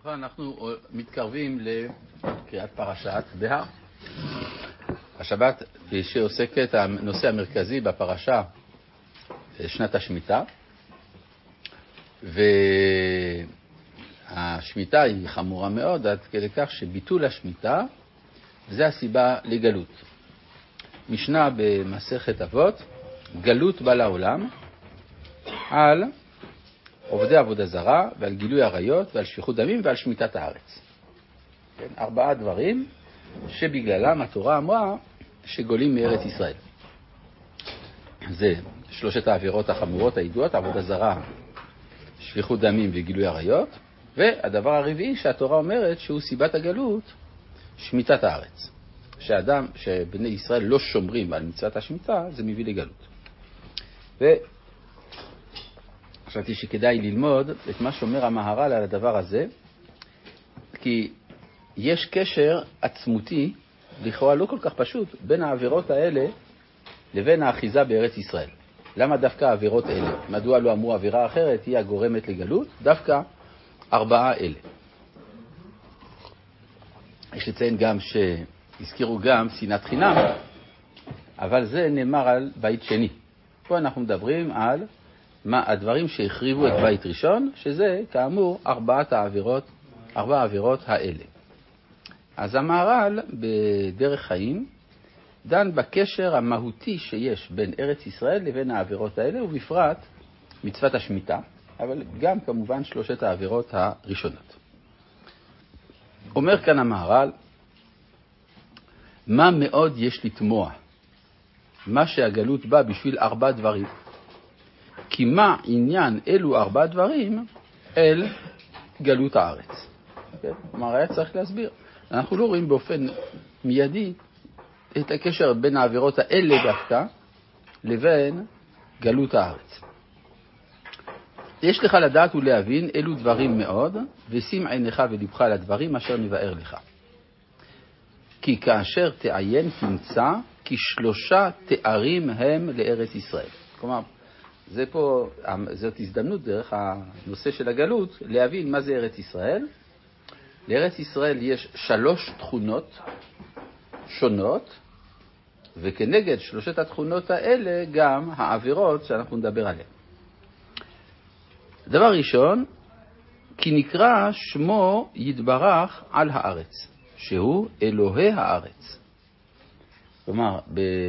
וברכה, אנחנו מתקרבים לקריאת פרשת בהר. השבת שעוסקת, הנושא המרכזי בפרשה, שנת השמיטה. והשמיטה היא חמורה מאוד עד כדי כך שביטול השמיטה זה הסיבה לגלות. משנה במסכת אבות, גלות בא לעולם על עובדי עבודה זרה ועל גילוי עריות ועל שפיכות דמים ועל שמיטת הארץ. כן, 4 דברים שבגללם התורה אמרה שגולים מארץ ישראל. זה 3 העבירות החמורות הידועות, עבודה זרה, שפיכות דמים וגילוי עריות, והדבר הרביעי שהתורה אומרת שהוא סיבת הגלות, שמיטת הארץ. שבני ישראל לא שומרים על מצוות השמיטה, זה מביא לגלות. חשבתי שכדאי ללמוד את מה שאומר המהר"ל על הדבר הזה, כי יש קשר עצמותי, לכאורה לא כל כך פשוט, בין העבירות האלה לבין האחיזה בארץ ישראל. למה דווקא העבירות האלה? מדוע לא אמרו עבירה אחרת היא הגורמת לגלות? דווקא 4 אלה. יש לציין גם שהזכירו גם שנאת חינם, אבל זה נאמר על בית שני. פה אנחנו מדברים על הדברים שהחריבו את בית ראשון, שזה כאמור 4 העבירות האלה. אז המהר"ל בדרך חיים דן בקשר המהותי שיש בין ארץ ישראל לבין העבירות האלה, ובפרט מצוות השמיטה, אבל גם כמובן 3 העבירות הראשונות. אומר כאן המהר"ל, מה מאוד יש לתמוע? מה שהגלות בא בשביל 4 דברים. כי מה עניין אלו 4 דברים אל גלות הארץ? כן? כלומר, היה צריך להסביר. אנחנו לא רואים באופן מיידי את הקשר בין העבירות האלה דווקא לבין גלות הארץ. יש לך לדעת ולהבין אלו דברים מאוד, ושים עיניך ולבך לדברים אשר נבאר לך. כי כאשר תעיין תמצא כי 3 תארים הם לארץ ישראל. כלומר, זאת הזדמנות דרך הנושא של הגלות להבין מה זה ארץ ישראל. לארץ ישראל יש 3 תכונות שונות, וכנגד 3 התכונות האלה גם העבירות שאנחנו נדבר עליהן. דבר ראשון, כי נקרא שמו יתברך על הארץ, שהוא אלוהי הארץ. כלומר,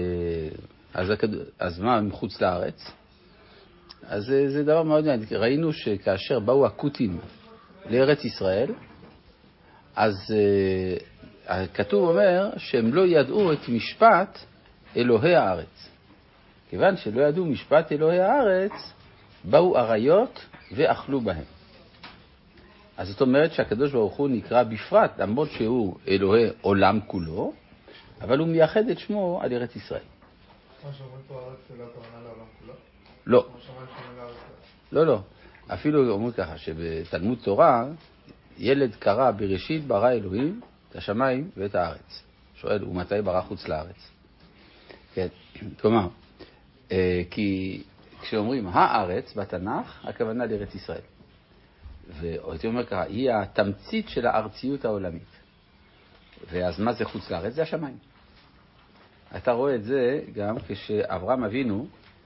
אז מה מחוץ לארץ? אז זה דבר מאוד מעניין. ראינו שכאשר באו הקותים לארץ ישראל, אז הכתוב אומר שהם לא ידעו את משפט אלוהי הארץ. כיוון שלא ידעו משפט אלוהי הארץ, באו עריות ואכלו בהם. אז זאת אומרת שהקדוש ברוך הוא נקרא בפרט, למרות שהוא אלוהי עולם כולו, אבל הוא מייחד את שמו על ארץ ישראל. מה שאומרים פה הארץ זה לא הכוונה לעולם כולו? לא. לא. אפילו אומרים ככה, שבתלמוד תורה, ילד קרא בראשית ברא אלוהים את השמיים ואת הארץ. שואל, ומתי ברא חוץ לארץ? כן, כלומר, כי כשאומרים הארץ בתנ"ך, הכוונה לארץ ישראל. והייתי אומר ככה, היא התמצית של הארציות העולמית. ואז מה זה חוץ לארץ? זה השמיים. אתה רואה את זה גם כשאברהם אבינו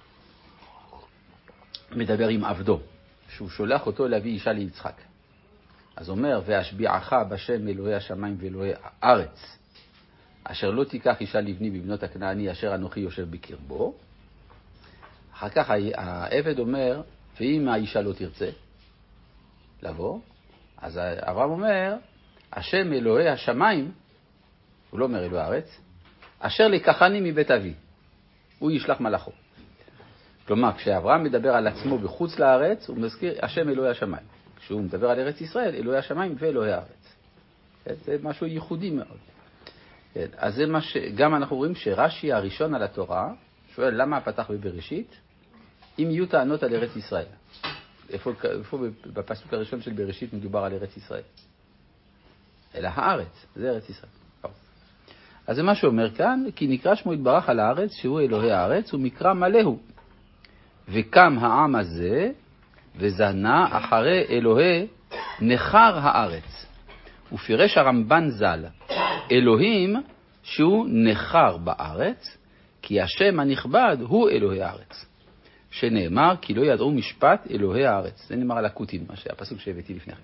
מדבר עם עבדו, שהוא שולח אותו להביא אישה ליצחק. אז אומר, והשביעך בשם אלוהי השמיים ואלוהי הארץ, אשר לא תיקח אישה לבני בבנות הכנעני אשר אנוכי יושב בקרבו. אחר כך העבד אומר, ואם האישה לא תרצה לבוא, אז אברהם אומר, השם אלוהי השמיים, הוא לא אומר אלוהי הארץ, אשר לקחני מבית אבי, הוא ישלח מלאכו. כלומר, כשאברהם מדבר על עצמו בחוץ לארץ, הוא מזכיר השם אלוהי השמיים. כשהוא מדבר על ארץ ישראל, אלוהי השמיים ואלוהי הארץ. זה משהו ייחודי מאוד. אז זה מה שגם אנחנו רואים שרש"י הראשון על התורה שואל למה פתח בבראשית, אם יהיו טענות על ארץ ישראל. איפה בפסוק הראשון של בראשית מדובר על ארץ ישראל? אלא הארץ, זה ארץ ישראל. אז זה מה שאומר כאן, כי נקרא שמו יתברך על הארץ, שהוא אלוהי הארץ, ומקרא מלאו. וקם העם הזה, וזנה אחרי אלוהי נחר הארץ. ופירש הרמב"ן ז"ל, אלוהים שהוא נחר בארץ, כי השם הנכבד הוא אלוהי הארץ. שנאמר, כי לא ידעו משפט אלוהי הארץ. זה נאמר על הקוטין, מה שהפסוק שהבאתי לפני כן.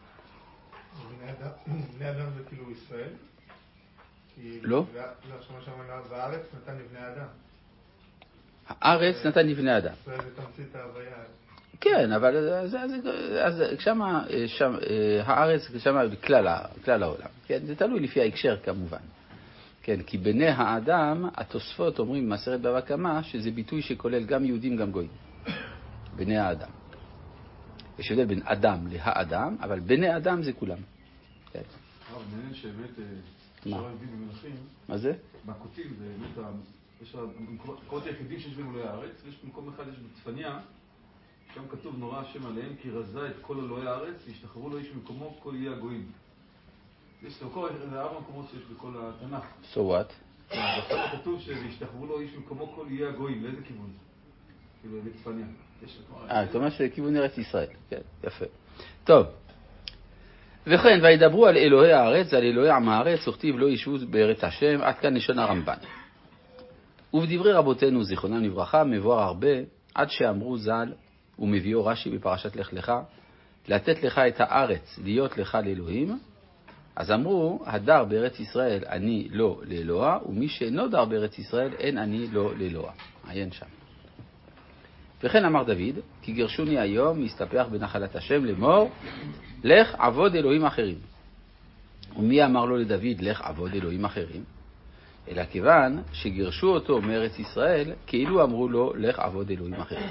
בני אדם זה כאילו ישראל? לא? לא, שמה בארץ נתן לבני אדם. הארץ נתן לבני אדם. ישראל זה תמצית ההוויה. כן, אבל אז שמה, הארץ שמה כלל העולם. כן, זה תלוי לפי ההקשר כמובן. כן, כי בני האדם, התוספות אומרים במסכת בבא קמא, שזה ביטוי שכולל גם יהודים גם גויים. בני האדם. יש הבדל בין אדם להאדם, אבל בני אדם זה כולם. כן. מעניין שבאמת, מה? אפשר להבין במלכים, מה זה? בקוטים זה באמת, יש המקומות היחידים שיש בהם אלוהי הארץ, ויש מקום אחד, יש בצפניה, שם כתוב נורא השם עליהם, כי רזה את כל אלוהי הארץ, והשתחררו לו איש במקומו כל יהיה הגויים. יש זה 4 מקומות שיש בכל התנ"ך. So what? עכשיו כתוב שהשתחררו לו איש במקומו כל יהיה הגויים. לאיזה כיוון זה? כאילו, בצפניה. אתה אומר שכיוון ארץ ישראל. כן, יפה. טוב. וכן, וידברו על אלוהי הארץ, על אלוהי עם הארץ, וכתיב לא ישבו בארץ השם, עד כאן לשון הרמב"ן. ובדברי רבותינו, זיכרונם לברכה, מבואר הרבה, עד שאמרו ז"ל, ומביאו רש"י בפרשת לך לך, לתת לך את הארץ, להיות לך לאלוהים. אז אמרו, הדר בארץ ישראל אני לא לאלוה, ומי שאינו דר בארץ ישראל אין אני לא לאלוה. עיין שם. וכן אמר דוד, כי גרשוני היום להסתפח בנחלת השם לאמור, לך עבוד אלוהים אחרים. ומי אמר לו לדוד, לך עבוד אלוהים אחרים? אלא כיוון שגירשו אותו מארץ ישראל, כאילו אמרו לו, לך עבוד אלוהים אחרים.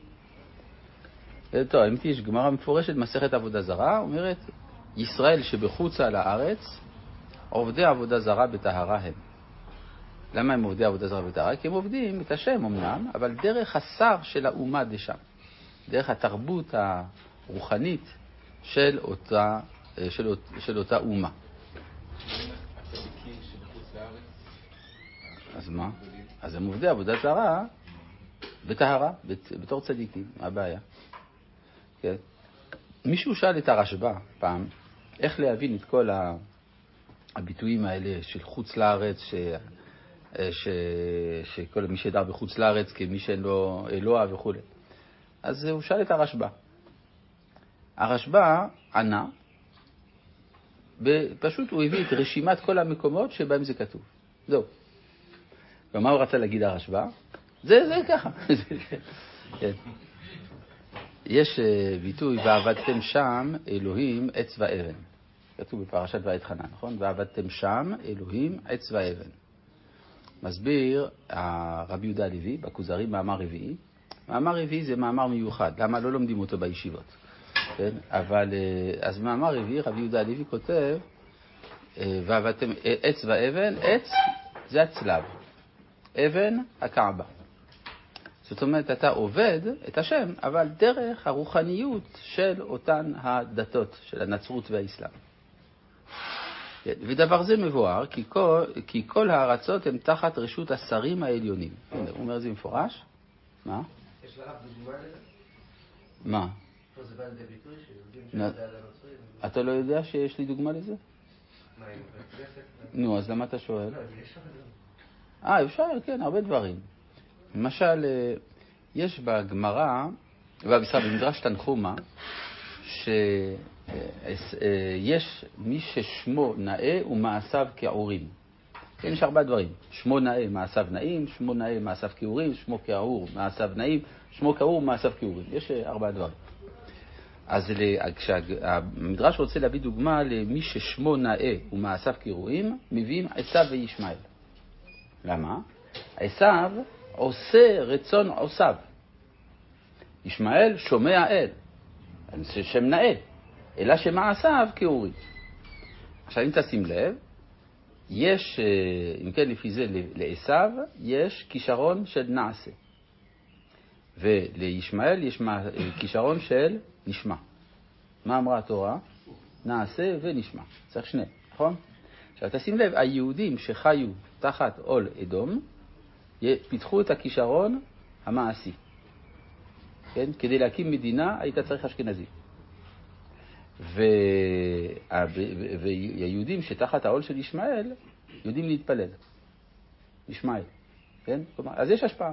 טוב, האמת יש גמרא מפורשת, מסכת עבודה זרה, אומרת, ישראל שבחוץ על הארץ, עובדי עבודה זרה בטהרה הם. למה הם עובדי עבודה זרה בטהרה? כי הם עובדים את השם אמנם, אבל דרך השר של האומה דשם. דרך התרבות הרוחנית של אותה אומה. אז מה? אז הם עובדי עבודה זרה בטהרה, בתור צדיקים. מה הבעיה? כן. מישהו שאל את הרשב"א פעם, איך להבין את כל הביטויים האלה של חוץ לארץ, שכל מי שדר בחוץ לארץ כמי שאין לו אלוה וכו'. אז הוא שאל את הרשב"א. הרשב"א ענה, פשוט הוא הביא את רשימת כל המקומות שבהם זה כתוב. זהו. ומה הוא רצה להגיד הרשב"א? זה ככה. כן. יש ביטוי, ועבדתם שם אלוהים עץ ואבן. כתוב בפרשת ואת חנה, נכון? ועבדתם שם אלוהים עץ ואבן. מסביר הרבי יהודה הלוי, בכוזרי, מאמר רביעי. מאמר רביעי זה מאמר מיוחד. למה לא לומדים אותו בישיבות? כן? אבל, אז מאמר רביעי, רבי יהודה הלוי כותב, ועבדתם עץ ואבן, עץ זה הצלב. אבן, הקעבה. זאת אומרת, אתה עובד את השם, אבל דרך הרוחניות של אותן הדתות, של הנצרות והאסלאם. ודבר זה מבואר, כי כל הארצות הן תחת רשות השרים העליונים. הנה, הוא אומר זה מפורש. מה? יש לך דוגמה לזה? מה? פה זה בא לידי ביטוי שיהודים שיודע לנוצרים. אתה לא יודע שיש לי דוגמה לזה? מה, עם בכנסת? נו, אז למה אתה שואל? לא, יש לך דוגמה. אפשר, כן, הרבה דברים. למשל, יש בגמרא, במדרש תנחומא, שיש מי ששמו נאה ומעשיו כעורים. כן, יש 4 דברים. שמו נאה, מעשיו נאים, שמו נאה, מעשיו כעורים, שמו כעור, מעשיו נאים, שמו כעור, מעשיו כעורים. יש 4 דברים. אז כשהמדרש רוצה להביא דוגמה למי ששמו נאה ומעשיו כעורים, מביאים עשיו וישמעאל. למה? עשיו עושה רצון עושיו. ישמעאל שומע אל. זה שם נאה. אלא שמעשיו כעורים. עכשיו אם תשים לב, יש, אם כן לפי זה לעשיו, יש כישרון של נעשה. ולישמעאל יש כישרון של נשמע. מה אמרה התורה? נעשה ונשמע. צריך שני, נכון? עכשיו תשים לב, היהודים שחיו תחת עול אדום, פיתחו את הכישרון המעשי. כן? כדי להקים מדינה היית צריך אשכנזי. והיהודים שתחת העול של ישמעאל יודעים להתפלל. ישמעאל, כן? כלומר, אז יש השפעה.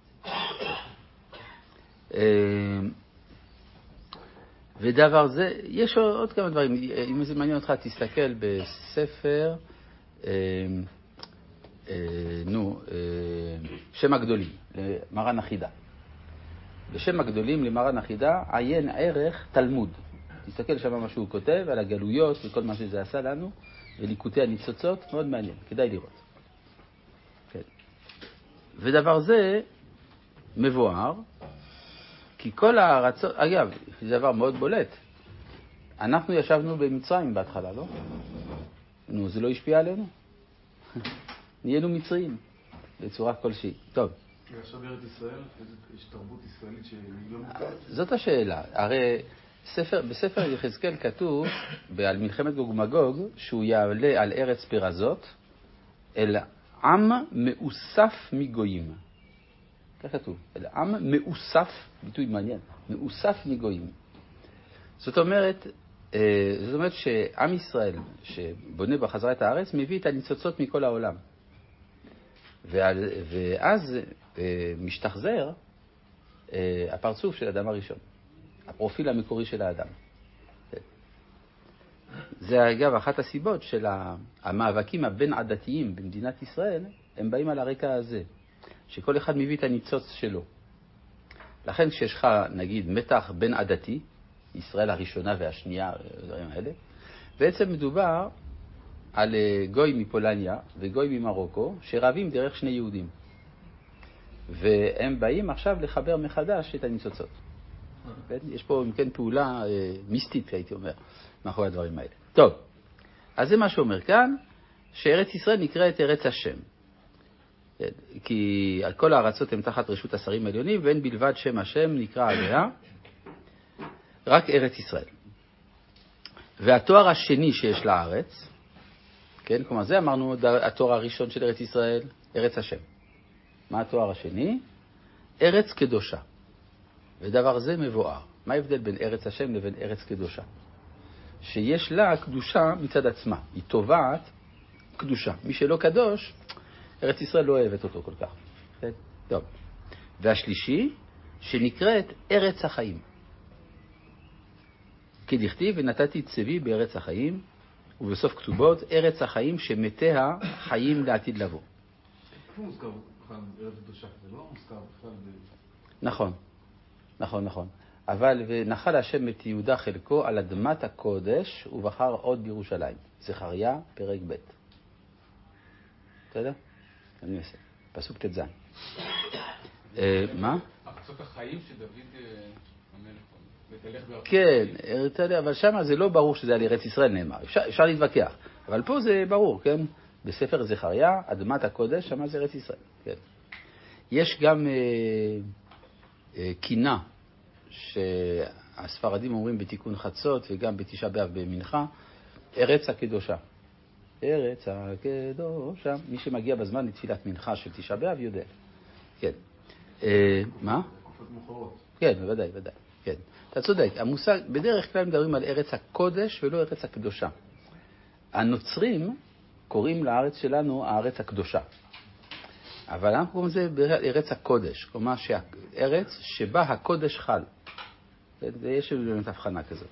ודבר זה, יש עוד כמה דברים. אם זה מעניין אותך, תסתכל בספר, שם הגדולים, למרן החידה. בשם הגדולים למרן החידה, עיין ערך תלמוד. תסתכל שם מה שהוא כותב על הגלויות וכל מה שזה עשה לנו, וליקוטי הניצוצות, מאוד מעניין, כדאי לראות. כן. ודבר זה מבואר, כי כל הארצות, אגב, זה דבר מאוד בולט. אנחנו ישבנו במצרים בהתחלה, לא? נו, זה לא השפיע עלינו. נהיינו מצרים, בצורה כלשהי. טוב. ועכשיו בארץ ישראל, יש תרבות ישראלית שהיא לא מוכרת? זאת השאלה. הרי בספר יחזקאל כתוב על מלחמת גוג ומגוג שהוא יעלה על ארץ פרזות אל עם מאוסף מגויים. כך כתוב. אל עם מאוסף, ביטוי מעניין, מאוסף מגויים. זאת אומרת שעם ישראל שבונה בחזרה את הארץ מביא את הניצוצות מכל העולם. ואז משתחזר הפרצוף של האדם הראשון, הפרופיל המקורי של האדם. זה אגב אחת הסיבות של המאבקים הבין עדתיים במדינת ישראל, הם באים על הרקע הזה, שכל אחד מביא את הניצוץ שלו. לכן כשיש לך נגיד מתח בין עדתי, ישראל הראשונה והשנייה, דברים האלה, בעצם מדובר על גוי מפולניה וגוי ממרוקו שרבים דרך שני יהודים. והם באים עכשיו לחבר מחדש את הניצוצות. יש פה אם כן פעולה מיסטית, הייתי אומר, מאחורי הדברים האלה. טוב, אז זה מה שאומר כאן, שארץ ישראל נקראת ארץ השם. כי כל הארצות הן תחת רשות השרים העליונים, ואין בלבד שם השם נקרא עליה, רק ארץ ישראל. והתואר השני שיש לארץ, כן, כלומר זה אמרנו התואר הראשון של ארץ ישראל, ארץ השם. מה התואר השני? ארץ קדושה. ודבר זה מבואר. מה ההבדל בין ארץ השם לבין ארץ קדושה? שיש לה קדושה מצד עצמה. היא תובעת קדושה. מי שלא קדוש, ארץ ישראל לא אוהבת אותו כל כך. כן? טוב. והשלישי, שנקראת ארץ החיים. כדכתיב, ונתתי צבי בארץ החיים, ובסוף כתובות, ארץ החיים שמתיה חיים לעתיד לבוא. איפה מוזכר בכלל ארץ קדושה? זה לא מוזכר בכלל נכון, נכון, נכון. אבל ונחל השם את יהודה חלקו על אדמת הקודש, ובחר עוד בירושלים. זכריה, פרק ב'. בסדר? אני אעשה. פסוק תז. מה? ארצות החיים שדוד המלך ותלך בארצות כן, אבל שם זה לא ברור שזה על ארץ ישראל נאמר. אפשר להתווכח. אבל פה זה ברור, כן? בספר זכריה, אדמת הקודש, שם זה ארץ ישראל. כן. יש גם קינה שהספרדים אומרים בתיקון חצות וגם בתשעה באב במנחה, ארץ הקדושה. ארץ הקדושה. מי שמגיע בזמן לתפילת מנחה של תשעה באב יודע. כן. מה? תקופות מאוחרות. כן, בוודאי, בוודאי. כן. אתה צודק. המושג, בדרך כלל מדברים על ארץ הקודש ולא ארץ הקדושה. הנוצרים קוראים לארץ שלנו הארץ הקדושה. אבל אנחנו קוראים לזה בארץ הקודש, כלומר שהארץ שבה הקודש חל. ויש באמת הבחנה כזאת.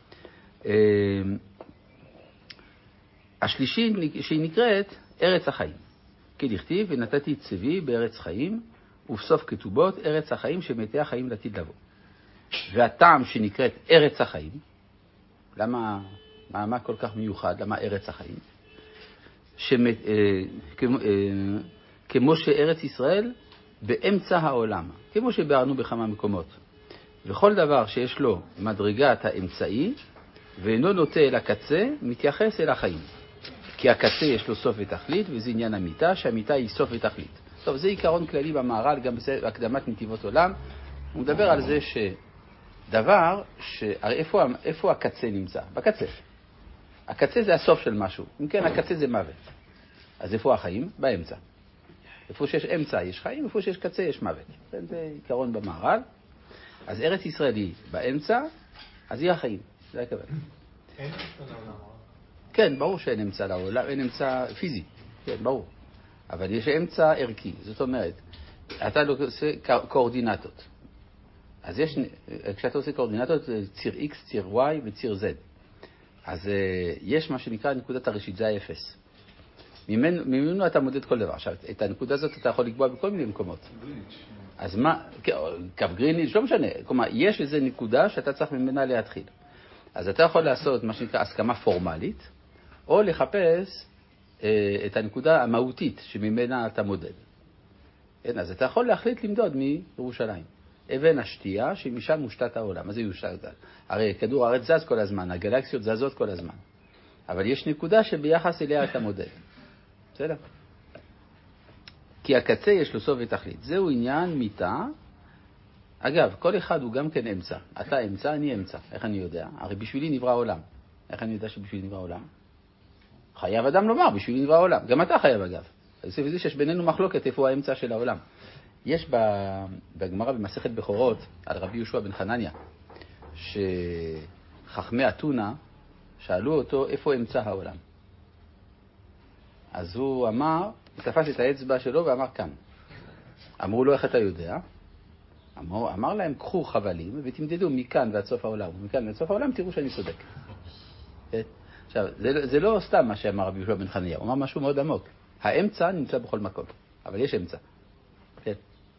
השלישי שהיא נקראת ארץ החיים. כדכתיב, ונתתי צבי בארץ חיים, ובסוף כתובות ארץ החיים שמתיה חיים לעתיד לבוא. והטעם שנקראת ארץ החיים, למה, מה כל כך מיוחד? למה ארץ החיים? כמו שארץ ישראל באמצע העולם, כמו שבארנו בכמה מקומות. וכל דבר שיש לו מדרגת האמצעי ואינו נוטה אל הקצה, מתייחס אל החיים. כי הקצה יש לו סוף ותכלית, וזה עניין המיטה, שהמיטה היא סוף ותכלית. טוב, זה עיקרון כללי במהר"ל, גם בהקדמת נתיבות עולם. הוא מדבר על זה שדבר, איפה הקצה נמצא? בקצה. הקצה זה הסוף של משהו. אם כן, הקצה זה מוות. אז איפה החיים? באמצע. איפה שיש אמצע יש חיים, איפה שיש קצה יש מוות. זה עיקרון במהר"ל. אז ארץ ישראל היא באמצע, אז היא החיים. זה הכוונה. אין אמצע לעולם. כן, ברור שאין אמצע לעולם, אין אמצע פיזי, כן, ברור. אבל יש אמצע ערכי, זאת אומרת, אתה עושה קואורדינטות. אז כשאתה עושה קואורדינטות, ציר X, ציר Y וציר Z. אז יש מה שנקרא נקודת הראשית, זה האפס. ממנו אתה מודד כל דבר. עכשיו, את הנקודה הזאת אתה יכול לקבוע בכל מיני מקומות. אז מה, קו גריניץ', לא משנה. כלומר, יש איזו נקודה שאתה צריך ממנה להתחיל. אז אתה יכול לעשות מה שנקרא הסכמה פורמלית, או לחפש את הנקודה המהותית שממנה אתה מודד. אז אתה יכול להחליט למדוד מירושלים. אבן השתייה שמשם מושתת העולם. מה זה יושתת? הרי כדור הארץ זז כל הזמן, הגלקסיות זזות כל הזמן. אבל יש נקודה שביחס אליה אתה מודד. בסדר? כי הקצה יש לו סוף ותכלית. זהו עניין מיטה. אגב, כל אחד הוא גם כן אמצע. אתה אמצע, אני אמצע. איך אני יודע? הרי בשבילי נברא העולם. איך אני יודע שבשבילי נברא העולם? חייב אדם לומר, בשבילי נברא העולם. גם אתה חייב אגב. אז זה שיש בינינו מחלוקת איפה האמצע של העולם. יש בגמרא במסכת בכורות על רבי יהושע בן חנניה, שחכמי אתונה שאלו אותו איפה אמצע העולם. אז הוא אמר, הוא תפס את האצבע שלו ואמר כאן. אמרו לו איך אתה יודע? אמר להם קחו חבלים ותמדדו מכאן ועד סוף העולם. מכאן ועד סוף העולם תראו שאני צודק. עכשיו, זה לא סתם מה שאמר רבי יהושע בן חנניה, הוא אמר משהו מאוד עמוק. האמצע נמצא בכל מקום, אבל יש אמצע. כן.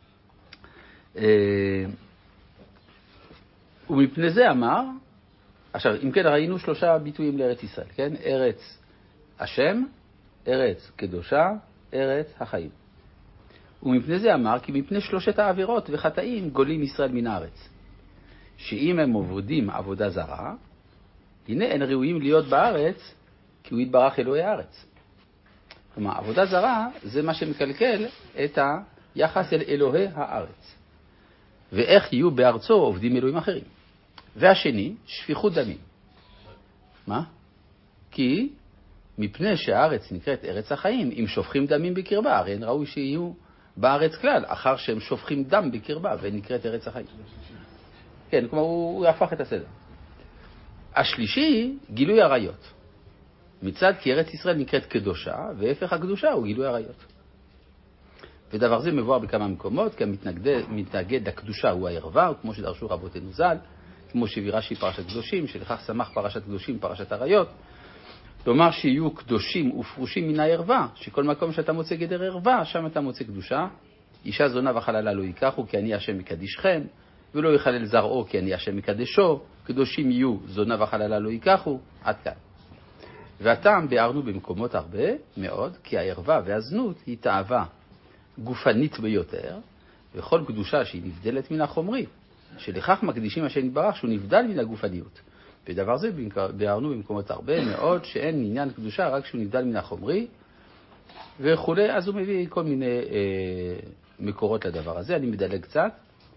ומפני זה אמר, עכשיו, אם כן ראינו 3 ביטויים לארץ ישראל, כן? ארץ השם, ארץ קדושה, ארץ החיים. ומפני זה אמר, כי מפני 3 העבירות וחטאים גולים ישראל מן הארץ. שאם הם עובדים עבודה זרה, הנה אין ראויים להיות בארץ, כי הוא יתברך אלוהי הארץ. כלומר, עבודה זרה זה מה שמקלקל את היחס אל אלוהי הארץ. ואיך יהיו בארצו עובדים אלוהים אחרים. והשני, שפיכות דמים. מה? כי מפני שהארץ נקראת ארץ החיים, אם שופכים דמים בקרבה, הרי אין ראוי שיהיו בארץ כלל, אחר שהם שופכים דם בקרבה, ונקראת ארץ החיים. כן, כלומר הוא הפך את הסדר. השלישי, גילוי עריות. מצד כי ארץ ישראל נקראת קדושה, והפך הקדושה הוא גילוי עריות. ודבר זה מבואר בכמה מקומות, כי המתנגד לקדושה הוא הערווה, כמו שדרשו רבותינו ז"ל, כמו שהביא רש"י פרשת קדושים, שלכך שמח פרשת קדושים פרשת עריות. כלומר שיהיו קדושים ופרושים מן הערווה, שכל מקום שאתה מוצא גדר ערווה, שם אתה מוצא קדושה. אישה זונה וחללה לא ייקחו, כי אני השם מקדישכם, ולא יחלל זרעו, כי אני השם מקדשו. קדושים יהיו, זונה וחללה לא ייקחו. עד כאן. והטעם ביארנו במקומות הרבה מאוד, כי הערווה והזנות היא תאווה גופנית ביותר, וכל קדושה שהיא נבדלת מן החומרי, שלכך מקדישים השם יתברך שהוא נבדל מן הגופניות. ודבר זה ביארנו במקומות הרבה מאוד, שאין עניין קדושה רק שהוא נבדל מן החומרי וכו'. אז הוא מביא כל מיני מקורות לדבר הזה. אני מדלג קצת.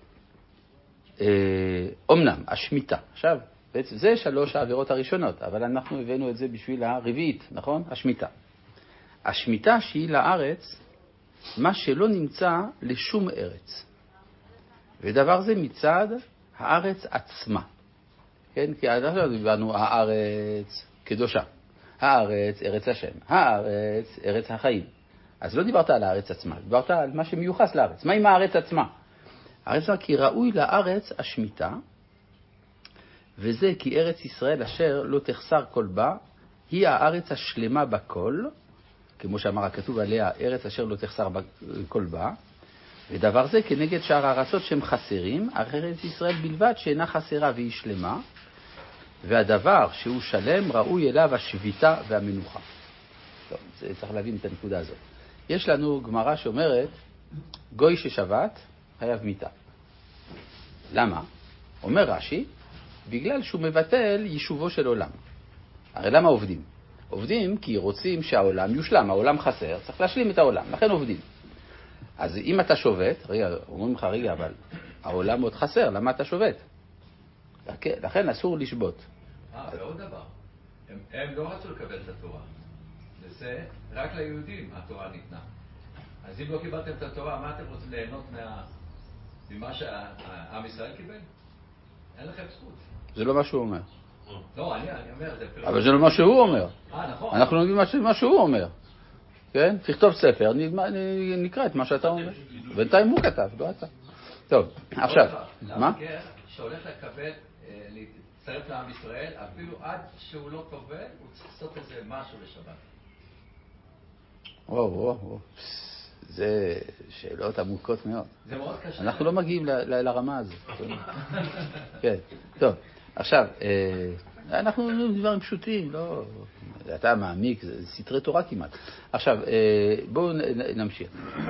אומנם, השמיטה. עכשיו, בעצם זה 3 העבירות הראשונות, אבל אנחנו הבאנו את זה בשביל הרביעית, נכון? השמיטה. השמיטה שהיא לארץ, מה שלא נמצא לשום ארץ. ודבר זה מצד הארץ עצמה. כן? כי אנחנו דיברנו הארץ קדושה, הארץ ארץ השם, הארץ ארץ החיים. אז לא דיברת על הארץ עצמה, דיברת על מה שמיוחס לארץ. מה עם הארץ עצמה? הארץ עצמה כי ראוי לארץ השמיטה, וזה כי ארץ ישראל אשר לא תחסר כל בה, היא הארץ השלמה בכל, כמו שאמר הכתוב עליה, ארץ אשר לא תחסר כל בה, ודבר זה כנגד שאר הארצות שהם חסרים, ארץ ישראל בלבד שאינה חסרה והיא שלמה, והדבר שהוא שלם ראוי אליו השביתה והמנוחה. טוב, צריך להבין את הנקודה הזאת. יש לנו גמרא שאומרת, גוי ששבת חייב מיתה. למה? אומר רש"י, בגלל שהוא מבטל יישובו של עולם. הרי למה עובדים? עובדים כי רוצים שהעולם יושלם, העולם חסר, צריך להשלים את העולם, לכן עובדים. אז אם אתה שובת, אומרים לך, אבל העולם עוד חסר, למה אתה שובת? לכן אסור לשבות. ועוד דבר, הם לא רצו לקבל את התורה. וזה רק ליהודים התורה ניתנה. אז אם לא קיבלתם את התורה, מה אתם רוצים ליהנות ממה שהעם ישראל קיבל? אין לכם זכות. זה לא מה שהוא אומר. לא, אני אומר, זה פירוש. אבל זה לא מה שהוא אומר. נכון. אנחנו לומדים מה שהוא אומר. כן? תכתוב ספר, נקרא את מה שאתה אומר. בינתיים הוא כתב, לא אתה. טוב, עכשיו, מה? המבקר שהולך לקבל, להצטרף לעם ישראל, אפילו עד שהוא לא טובל, הוא צריך לעשות איזה משהו לשבת. וואו. זה שאלות עמוקות מאוד. זה מאוד קשה. אנחנו לא מגיעים לרמה הזאת. כן, טוב. עכשיו, אנחנו דברים פשוטים, לא... אתה מעמיק, זה סתרי תורה כמעט. עכשיו, בואו נמשיך.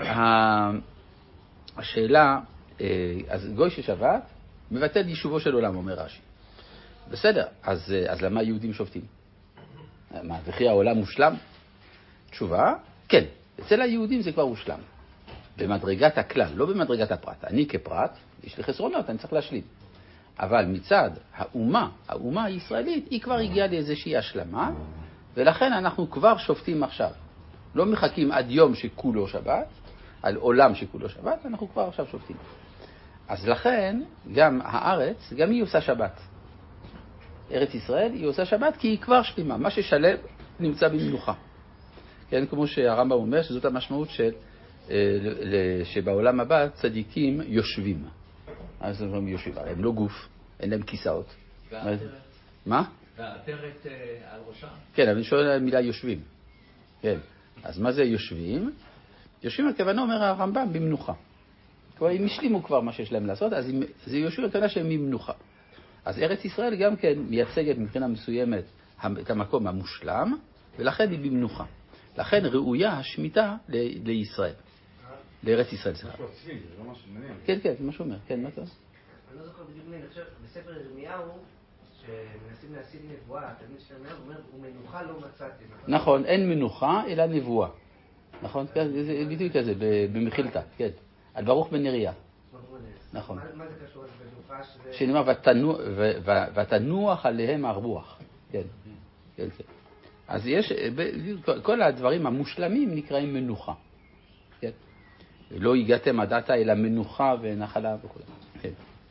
השאלה, אז גוי של שבת מבטל יישובו של עולם, אומר רש"י. בסדר, אז למה יהודים שופטים? מה, וכי העולם מושלם? תשובה, כן. אצל היהודים זה כבר מושלם. במדרגת הכלל, לא במדרגת הפרט. אני כפרט, יש לי חסרונות, אני צריך להשלים. אבל מצד האומה הישראלית, היא כבר הגיעה לאיזושהי השלמה, ולכן אנחנו כבר שופטים עכשיו. לא מחכים עד יום שכולו שבת, על עולם שכולו שבת, אנחנו כבר עכשיו שופטים. אז לכן, גם הארץ, גם היא עושה שבת. ארץ ישראל היא עושה שבת כי היא כבר שלמה. מה ששלם נמצא במנוחה. כן, כמו שהרמב"ם אומר, שזאת המשמעות שבעולם הבא צדיקים יושבים. אז הם יושבים, הם לא גוף, אין להם כיסאות. מה? והעטרת על ראשם. כן, אבל אני שואל על מילה יושבים. כן, אז מה זה יושבים? יושבים הכוונה, אומר הרמב"ם, במנוחה. כלומר, הם השלימו כבר מה שיש להם לעשות, אז זה יושבים הכוונה שהם ממנוחה. אז ארץ ישראל גם כן מייצגת מבחינה מסוימת את המקום המושלם, ולכן היא במנוחה. לכן ראויה השמיטה לישראל. לארץ ישראל, סליחה. משהו עצמי, זה לא משהו מעניין. כן, זה מה שהוא אומר. כן, מה אתה אומר? אני לא זוכר בדיוק, אני חושב, בספר ירמיהו, שמנסים להשיג נבואה, התלמיד שלהם אומר, ומנוחה לא מצאתי. נכון, אין מנוחה, אלא נבואה. נכון? זה בדיוק כזה, במחילתא, כן. על ברוך בן נריה. נכון. מה זה קשור למנוחה שזה... שנאמר, ותנוח עליהם הרוח. כן. אז יש, כל הדברים המושלמים נקראים מנוחה. כן. לא הגעתם עדתה אלא מנוחה ונחלה וכו'. כן.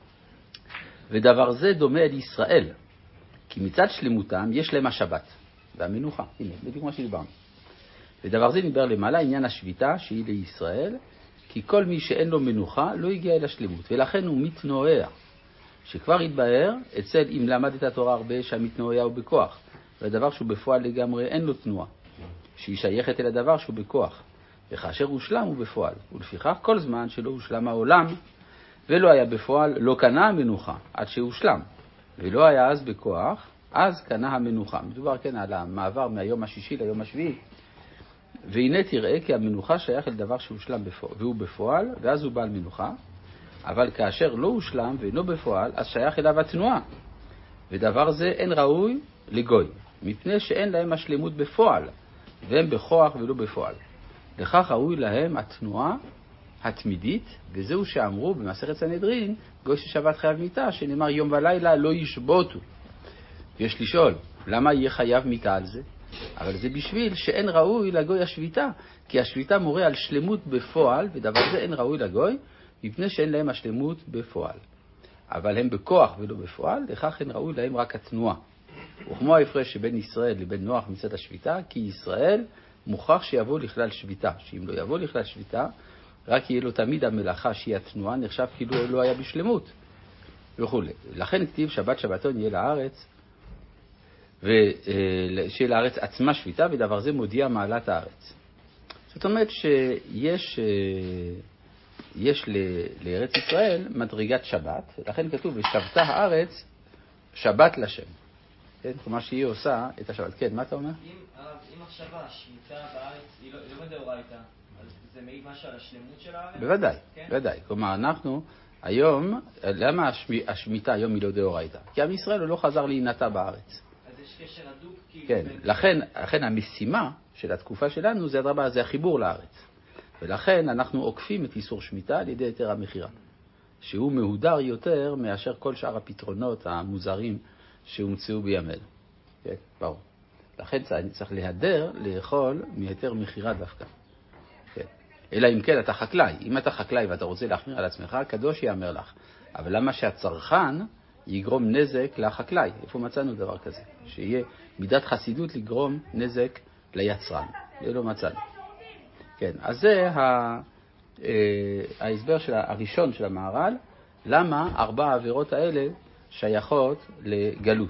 ודבר זה דומה אל ישראל, כי מצד שלמותם יש להם השבת והמנוחה. הנה, בדיוק מה שדיברנו. ודבר זה נדבר למעלה, עניין השביתה שהיא לישראל, כי כל מי שאין לו מנוחה לא הגיע אל השלמות, ולכן הוא מתנועע. שכבר התבהר, אצל אם למד את התורה הרבה שהמתנועע הוא בכוח, והדבר שהוא בפועל לגמרי אין לו תנועה, שהיא שייכת אל הדבר שהוא בכוח, וכאשר הושלם הוא בפועל, ולפיכך כל זמן שלא הושלם העולם, ולא היה בפועל, לא קנה המנוחה עד שהושלם, ולא היה אז בכוח, אז קנה המנוחה. מדובר כן על המעבר מהיום השישי ליום השביעי, והנה תראה כי המנוחה שייך אל דבר שהושלם והוא בפועל, ואז הוא בעל מנוחה, אבל כאשר לא הושלם ואינו בפועל, אז שייך אליו התנועה, ודבר זה אין ראוי לגוי, מפני שאין להם השלמות בפועל, והם בכוח ולא בפועל. לכך ראוי להם התנועה התמידית, וזהו שאמרו במסכת סנהדרין, גוי ששבת חייב מיתה, שנאמר יום ולילה לא ישבותו. יש לשאול, למה יהיה חייב מיתה על זה? אבל זה בשביל שאין ראוי לגוי השביתה, כי השביתה מורה על שלמות בפועל, ודבר זה אין ראוי לגוי, מפני שאין להם השלמות בפועל. אבל הם בכוח ולא בפועל, לכך אין ראוי להם רק התנועה. וכמו ההפרש שבין ישראל לבין נוח מצד השביתה, כי ישראל מוכרח שיבוא לכלל שביתה, שאם לא יבוא לכלל שביתה, רק יהיה לו תמיד המלאכה שהיא התנועה, נחשב כאילו לא היה בשלמות, וכו'. לכן כתיב שבת שבתון יהיה לארץ, ושיהיה לארץ עצמה שביתה, ודבר זה מודיע מעלת הארץ. זאת אומרת שיש לארץ ישראל מדרגת שבת, לכן כתוב, ושבתה הארץ שבת לשם. כן? כלומר שהיא עושה את השבת. כן, מה אתה אומר? אם עכשיו השמיטה בארץ היא לא מדאורייתא, אז זה מעיד משהו על השלמות של הארץ? בוודאי, כן? בוודאי. כלומר, אנחנו היום, למה השמיטה היום היא לא דאורייתא? כי עם ישראל לא חזר להינטע בארץ. אז יש קשר הדוק כאילו... כן, לכן המשימה של התקופה שלנו זה הדרבה, זה החיבור לארץ. ולכן אנחנו עוקפים את איסור שמיטה על ידי היתר המכירה, שהוא מהודר יותר מאשר כל שאר הפתרונות המוזרים שהומצאו בימינו. כן, ברור. לכן צריך להיעדר לאכול מהיתר מכירה דווקא. כן. אלא אם כן אתה חקלאי. אם אתה חקלאי ואתה רוצה להחמיר על עצמך, קדוש יאמר לך. אבל למה שהצרכן יגרום נזק לחקלאי. איפה מצאנו דבר כזה? שיהיה מידת חסידות לגרום נזק ליצרן. זה לא מצאנו. כן, אז זה ההסבר הראשון של המהר"ל, למה 4 העבירות האלה שייכות לגלות.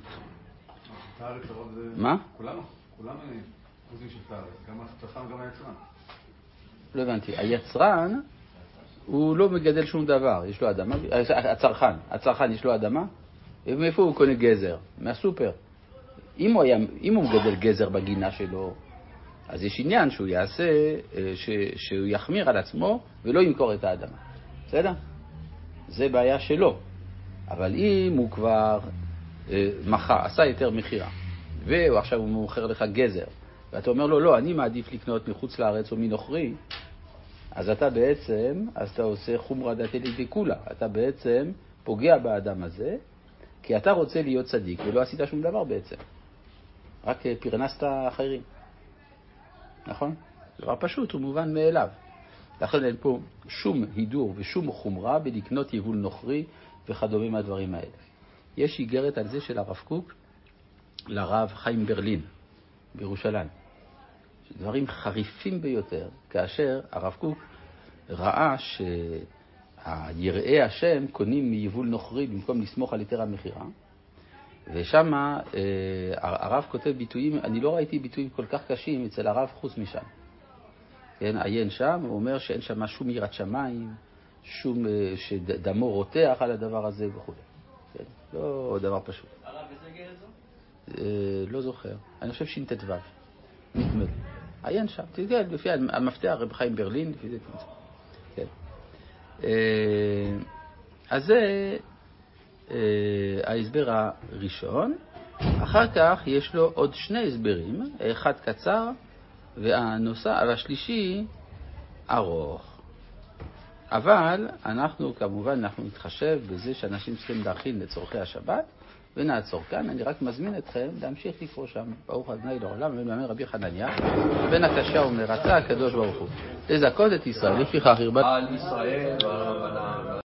מה? כולם חוזים של תארץ, גם הצרכן וגם היצרן. לא הבנתי, היצרן הוא לא מגדל שום דבר, יש לו אדמה, הצרכן יש לו אדמה, מאיפה הוא קונה גזר? מהסופר. אם הוא מגדל גזר בגינה שלו, אז יש עניין שהוא יעשה, שהוא יחמיר על עצמו ולא ימכור את האדמה. בסדר? זה בעיה שלו. אבל אם הוא כבר עשה יותר מחירה, ועכשיו הוא מוכר לך גזר, ואתה אומר לו, לא, אני מעדיף לקנות מחוץ לארץ או מנוכרי, אז אתה בעצם, אתה עושה חומרא דתליא דכולא, אתה בעצם פוגע באדם הזה, כי אתה רוצה להיות צדיק ולא עשית שום דבר בעצם. רק פרנסת אחרים. נכון? דבר פשוט, הוא מובן מאליו. לכן אין פה שום הידור ושום חומרה בלקנות יבול נוכרי וכדומה מהדברים האלה. יש איגרת על זה של הרב קוק לרב חיים ברלין בירושלים. דברים חריפים ביותר, כאשר הרב קוק ראה שהיראי השם קונים מיבול נוכרי במקום לסמוך על היתר המכירה, ושם הרב כותב ביטויים, אני לא ראיתי ביטויים כל כך קשים אצל הרב חוץ משם. כן, עיין שם, הוא אומר שאין שם שום יראת שמיים, שום שדמו רותח על הדבר הזה וכו'. כן, לא דבר פשוט. הרב, איזה גרת זו? לא זוכר. אני חושב ש"ט"ו. נדמה לי. עיין שם, תראה, לפי המפתח רב חיים ברלין, לפי זה תמצא. כן. אז זה ההסבר הראשון. אחר כך יש לו עוד 2 הסברים, אחד קצר והשלישי ארוך. אבל כמובן אנחנו נתחשב בזה שאנשים צריכים להכין לצורכי השבת, ונעצור כאן. אני רק מזמין אתכם להמשיך לקרוא שם. ברוך ה' לעולם, ואמן רבי חנניה, בן הקשה ומרצה הקדוש ברוך הוא. לזכות את ישראל, לפיכך הרבנו על ישראל ורבנה.